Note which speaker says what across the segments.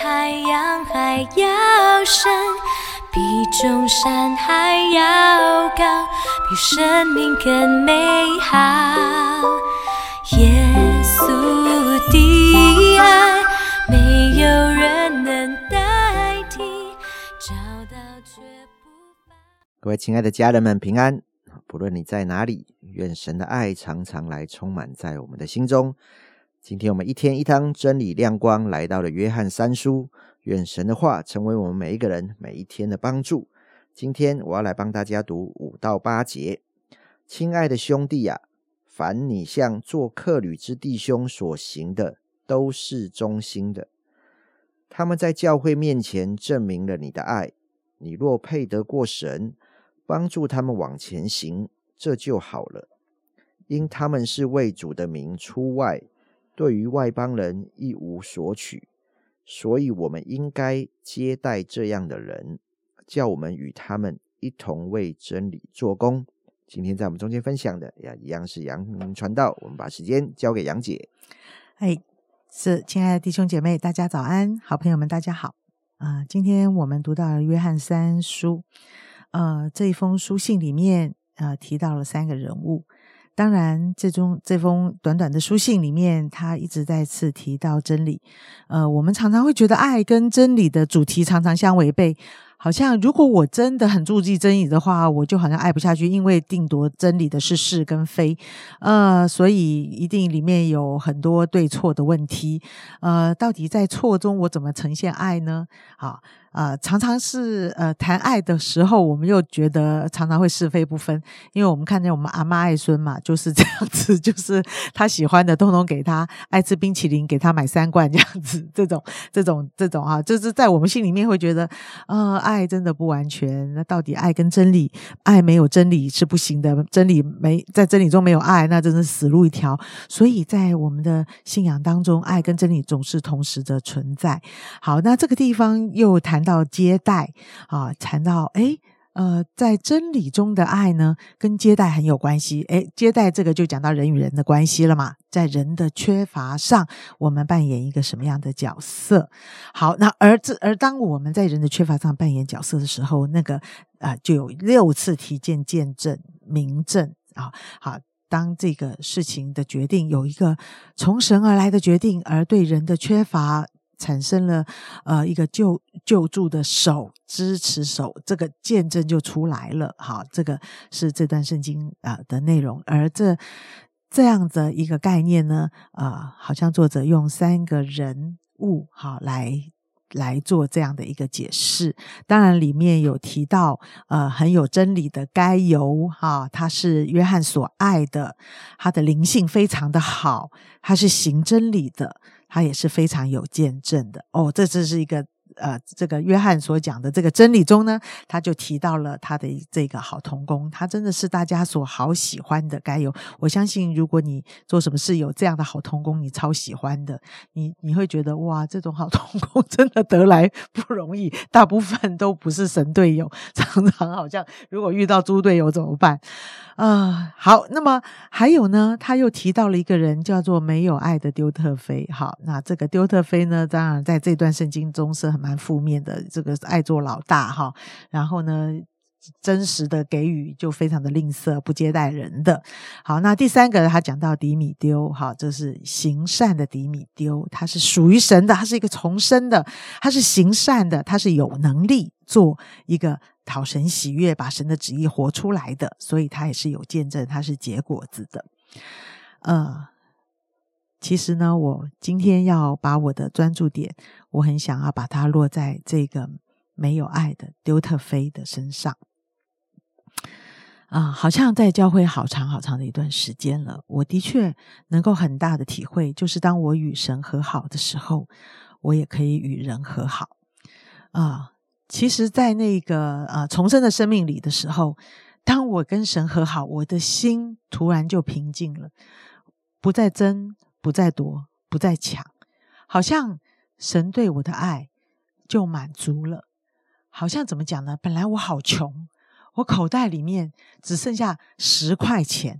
Speaker 1: 太阳还要升，比众山还要高，比生命更美好。耶稣的爱没有人能代替，找到却不放。
Speaker 2: 各位亲爱的家人们平安，不论你在哪里，愿神的爱常常来充满在我们的心中。今天我们一天一汤真理亮光来到了约翰三书，愿神的话成为我们每一个人每一天的帮助。今天我要来帮大家读5到8节。亲爱的兄弟啊，凡你向做客旅之弟兄所行的，都是忠心的。他们在教会面前证明了你的爱，你若配得过神，帮助他们往前行，这就好了。因他们是为主的名出外，对于外邦人一无所取，所以我们应该接待这样的人，叫我们与他们一同为真理做工。今天在我们中间分享的一样是杨明传道，我们把时间交给杨姐。
Speaker 3: 是亲爱的弟兄姐妹，大家早安，好朋友们大家好。今天我们读到了约翰三书，这一封书信里面提到了3个人物。当然这封短短的书信里面，他一直再次提到真理。我们常常会觉得爱跟真理的主题常常相违背，好像如果我真的很注意真理的话，我就好像爱不下去，因为定夺真理的是是跟非，所以一定里面有很多对错的问题。到底在错中我怎么呈现爱呢？好。常常是谈爱的时候，我们又觉得常常会是非不分，因为我们看见我们阿嬷爱孙嘛，就是这样子，就是他喜欢的通通给他，爱吃冰淇淋给他买3罐这样子，这种就是在我们心里面会觉得爱真的不完全。那到底爱跟真理，爱没有真理是不行的，在真理中没有爱，那真是死路一条。所以在我们的信仰当中，爱跟真理总是同时的存在。好，那这个地方又谈到接待谈到在真理中的爱呢，跟接待很有关系。接待这个就讲到人与人的关系了嘛，在人的缺乏上，我们扮演一个什么样的角色？好，那而当我们在人的缺乏上扮演角色的时候，那个就有6次提见证明证好。当这个事情的决定有一个从神而来的决定，而对人的缺乏产生了一个救助的手，支持手，这个见证就出来了。好，这个是这段圣经的内容。而这样的一个概念呢，好像作者用3个人物来做这样的一个解释。当然里面有提到很有真理的该犹他是约翰所爱的，他的灵性非常的好，他是行真理的，他也是非常有见证的。这是一个这个约翰所讲的这个真理中呢，他就提到了他的这个好同工，他真的是大家所好喜欢的该有。我相信如果你做什么事有这样的好同工，你超喜欢的，你会觉得哇，这种好同工真的得来不容易，大部分都不是神队友，常常好像如果遇到猪队友怎么办？好，那么还有呢，他又提到了一个人叫做没有爱的丢特腓。好，那这个丢特腓呢，当然在这段圣经中是蛮负面的，这个爱做老大然后呢真实的给予就非常的吝啬，不接待人的。好，那第3个他讲到底米丢，这是行善的底米丢，他是属于神的，他是一个重生的，他是行善的，他是有能力做一个讨神喜悦，把神的旨意活出来的，所以他也是有见证，他是结果子的。其实呢，我今天要把我的专注点，我很想要把它落在这个没有爱的丢特腓的身上。好像在教会好长好长的一段时间了，我的确能够很大的体会，就是当我与神和好的时候，我也可以与人和好。其实在那个重生的生命里的时候，当我跟神和好，我的心突然就平静了，不再争，不再夺，不再抢，好像神对我的爱就满足了。好像怎么讲呢？本来我好穷，我口袋里面只剩下10块钱，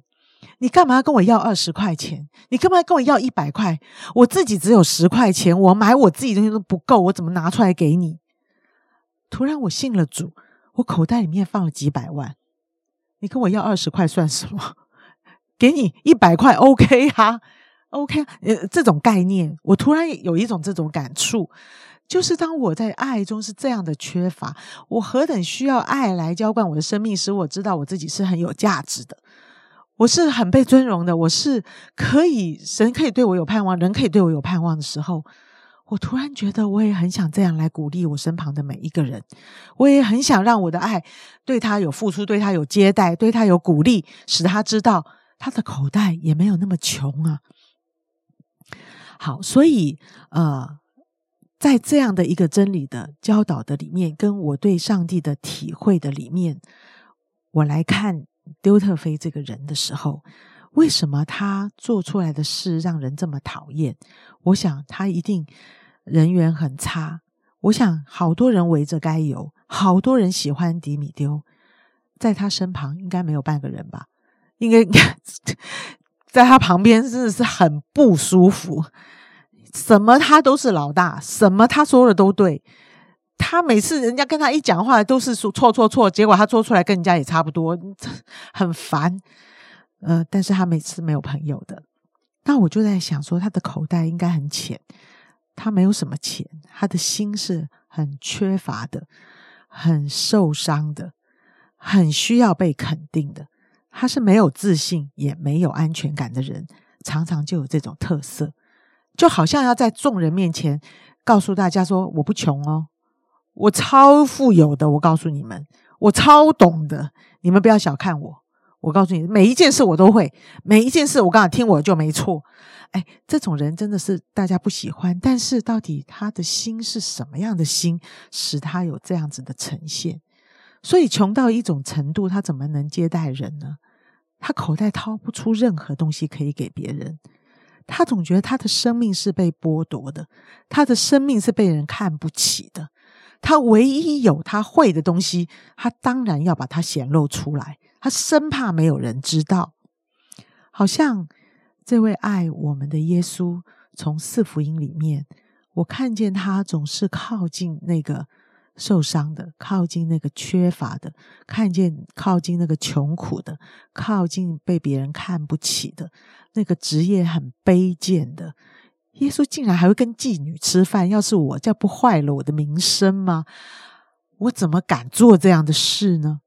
Speaker 3: 你干嘛跟我要20块钱？你干嘛跟我要100块？我自己只有10块钱，我买我自己东西都不够，我怎么拿出来给你？突然我信了主，我口袋里面放了几百万，你跟我要20块算什么？给你100块 OK 啊 OK 啊，这种概念我突然有一种这种感触，就是当我在爱中是这样的缺乏，我何等需要爱来浇灌我的生命，使我知道我自己是很有价值的，我是很被尊荣的，我是可以，神可以对我有盼望，人可以对我有盼望的时候，我突然觉得我也很想这样来鼓励我身旁的每一个人，我也很想让我的爱对他有付出，对他有接待，对他有鼓励，使他知道他的口袋也没有那么穷啊。好，所以在这样的一个真理的教导的里面，跟我对上帝的体会的里面，我来看丢特腓这个人的时候，为什么他做出来的事让人这么讨厌？我想他一定人缘很差，我想好多人围着该犹，好多人喜欢迪米丢，在他身旁应该没有半个人吧，应该在他旁边真的是很不舒服，什么他都是老大，什么他说的都对，他每次人家跟他一讲话都是说错，结果他做出来跟人家也差不多，很烦。但是他每次没有朋友的。那我就在想说，他的口袋应该很浅，他没有什么钱，他的心是很缺乏的，很受伤的，很需要被肯定的。他是没有自信也没有安全感的人，常常就有这种特色，就好像要在众人面前告诉大家说，我不穷哦，我超富有的，我告诉你们，我超懂的，你们不要小看我，我告诉你，每一件事我都会，每一件事我刚好听我就没错。这种人真的是大家不喜欢，但是到底他的心是什么样的心，使他有这样子的呈现？所以穷到一种程度，他怎么能接待人呢？他口袋掏不出任何东西可以给别人，他总觉得他的生命是被剥夺的，他的生命是被人看不起的，他唯一有他会的东西，他当然要把它显露出来，他生怕没有人知道。好像这位爱我们的耶稣，从4福音里面，我看见他总是靠近那个受伤的，靠近那个缺乏的，靠近那个穷苦的，靠近被别人看不起的，那个职业很卑贱的。耶稣竟然还会跟妓女吃饭，要是我，这不坏了我的名声吗？我怎么敢做这样的事呢？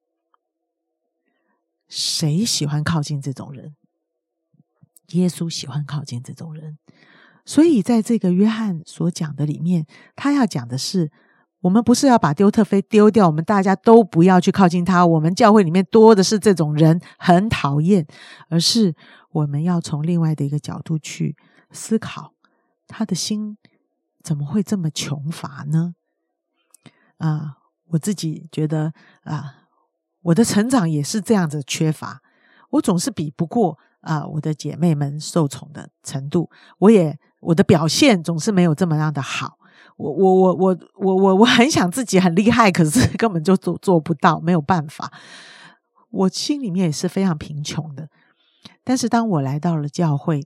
Speaker 3: 谁喜欢靠近这种人？耶稣喜欢靠近这种人。所以在这个约翰所讲的里面，他要讲的是，我们不是要把丢特腓丢掉，我们大家都不要去靠近他，我们教会里面多的是这种人，很讨厌，而是我们要从另外的一个角度去思考，他的心怎么会这么穷乏呢？我自己觉得我的成长也是这样子缺乏，我总是比不过我的姐妹们受宠的程度，我的表现总是没有这么样的好，我很想自己很厉害，可是根本就做不到，没有办法。我心里面也是非常贫穷的，但是当我来到了教会，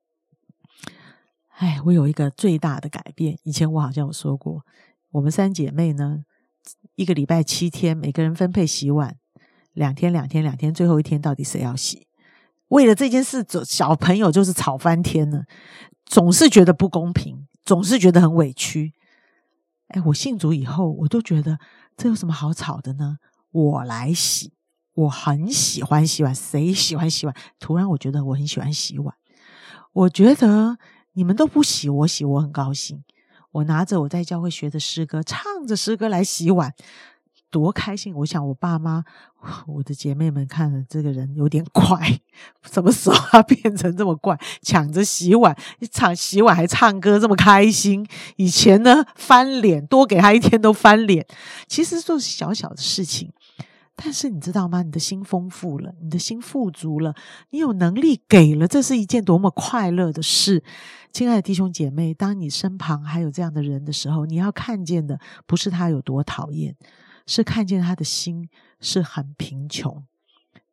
Speaker 3: 我有一个最大的改变。以前我好像有说过，我们3姐妹呢，一个礼拜7天，每个人分配洗碗，2天，最后一天到底谁要洗？为了这件事，小朋友就是吵翻天了，总是觉得不公平，总是觉得很委屈。我信主以后，我都觉得这有什么好吵的呢？我来洗，我很喜欢洗碗，谁喜欢洗碗？突然我觉得我很喜欢洗碗，我觉得你们都不洗，我洗，我很高兴。我拿着我在教会学的诗歌，唱着诗歌来洗碗，多开心。我想我爸妈，我的姐妹们看了这个人有点怪，什么时候他变成这么怪，抢着洗碗，洗碗还唱歌这么开心。以前呢翻脸，多给他1天都翻脸。其实都是小小的事情，但是你知道吗？你的心丰富了，你的心富足了，你有能力给了，这是一件多么快乐的事。亲爱的弟兄姐妹，当你身旁还有这样的人的时候，你要看见的不是他有多讨厌，是看见他的心是很贫穷。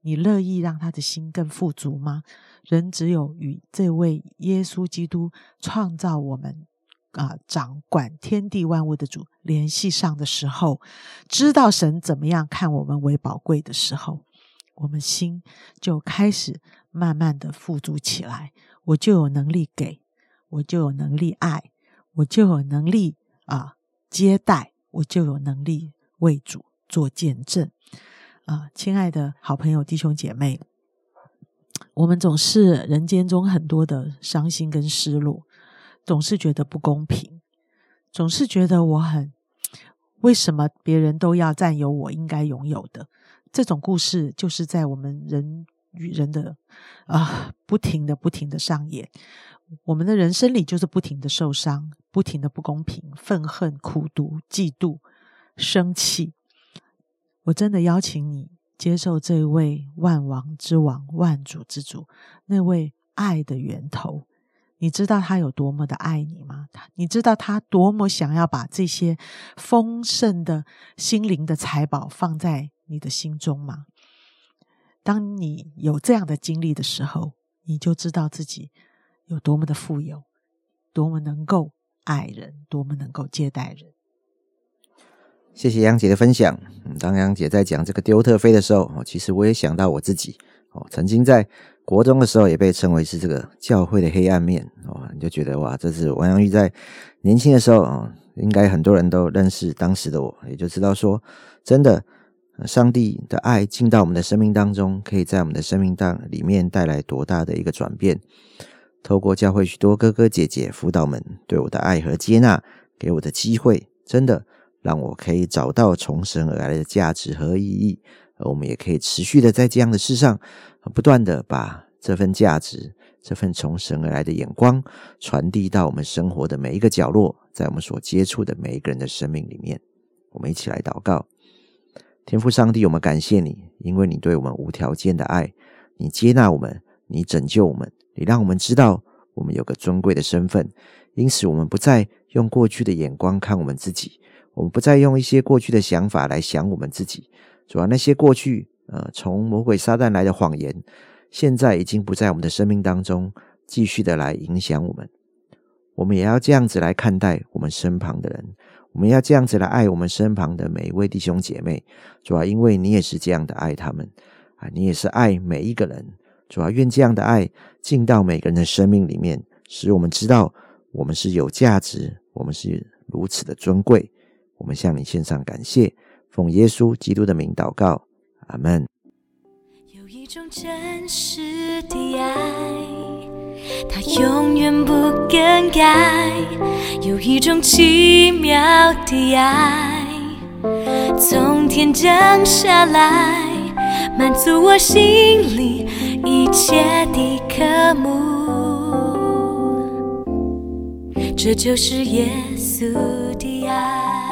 Speaker 3: 你乐意让他的心更富足吗？人只有与这位耶稣基督创造我们掌管天地万物的主联系上的时候，知道神怎么样看我们为宝贵的时候，我们心就开始慢慢的富足起来，我就有能力给，我就有能力爱，我就有能力接待，我就有能力为主做见证。亲爱的好朋友弟兄姐妹，我们总是人间中很多的伤心跟失落，总是觉得不公平，总是觉得为什么别人都要占有我应该拥有的。这种故事就是在我们人与人的不停的上演。我们的人生里就是不停的受伤，不停的不公平，愤恨、苦毒、嫉妒、生气。我真的邀请你接受这位万王之王、万主之主，那位爱的源头。你知道他有多么的爱你吗？你知道他多么想要把这些丰盛的心灵的财宝放在你的心中吗？当你有这样的经历的时候，你就知道自己有多么的富有，多么能够爱人，多么能够接待人。
Speaker 2: 谢谢杨姐的分享。当杨姐在讲这个丢特飞的时候，其实我也想到我自己曾经在国中的时候也被称为是这个教会的黑暗面你就觉得哇，这是王阳玉在年轻的时候应该很多人都认识当时的我，也就知道说真的上帝的爱进到我们的生命当中，可以在我们的生命里面带来多大的一个转变。透过教会许多哥哥姐姐辅导们对我的爱和接纳，给我的机会，真的让我可以找到从神而来的价值和意义，而我们也可以持续的在这样的事上不断的把这份价值，这份从神而来的眼光传递到我们生活的每一个角落，在我们所接触的每一个人的生命里面。我们一起来祷告。天父上帝，我们感谢你，因为你对我们无条件的爱，你接纳我们，你拯救我们，你让我们知道我们有个尊贵的身份，因此我们不再用过去的眼光看我们自己，我们不再用一些过去的想法来想我们自己。主要那些过去从魔鬼撒旦来的谎言，现在已经不在我们的生命当中继续的来影响我们。我们也要这样子来看待我们身旁的人，我们要这样子来爱我们身旁的每一位弟兄姐妹。主要因为你也是这样的爱他们你也是爱每一个人。主要愿这样的爱进到每个人的生命里面，使我们知道我们是有价值，我们是如此的尊贵。我们向你献上感谢，奉耶稣基督的名祷告，阿们。
Speaker 1: 有一种真实的爱，它永远不更改，有一种奇妙的爱，从天降下来，满足我心里一切的渴慕。这就是耶稣的爱。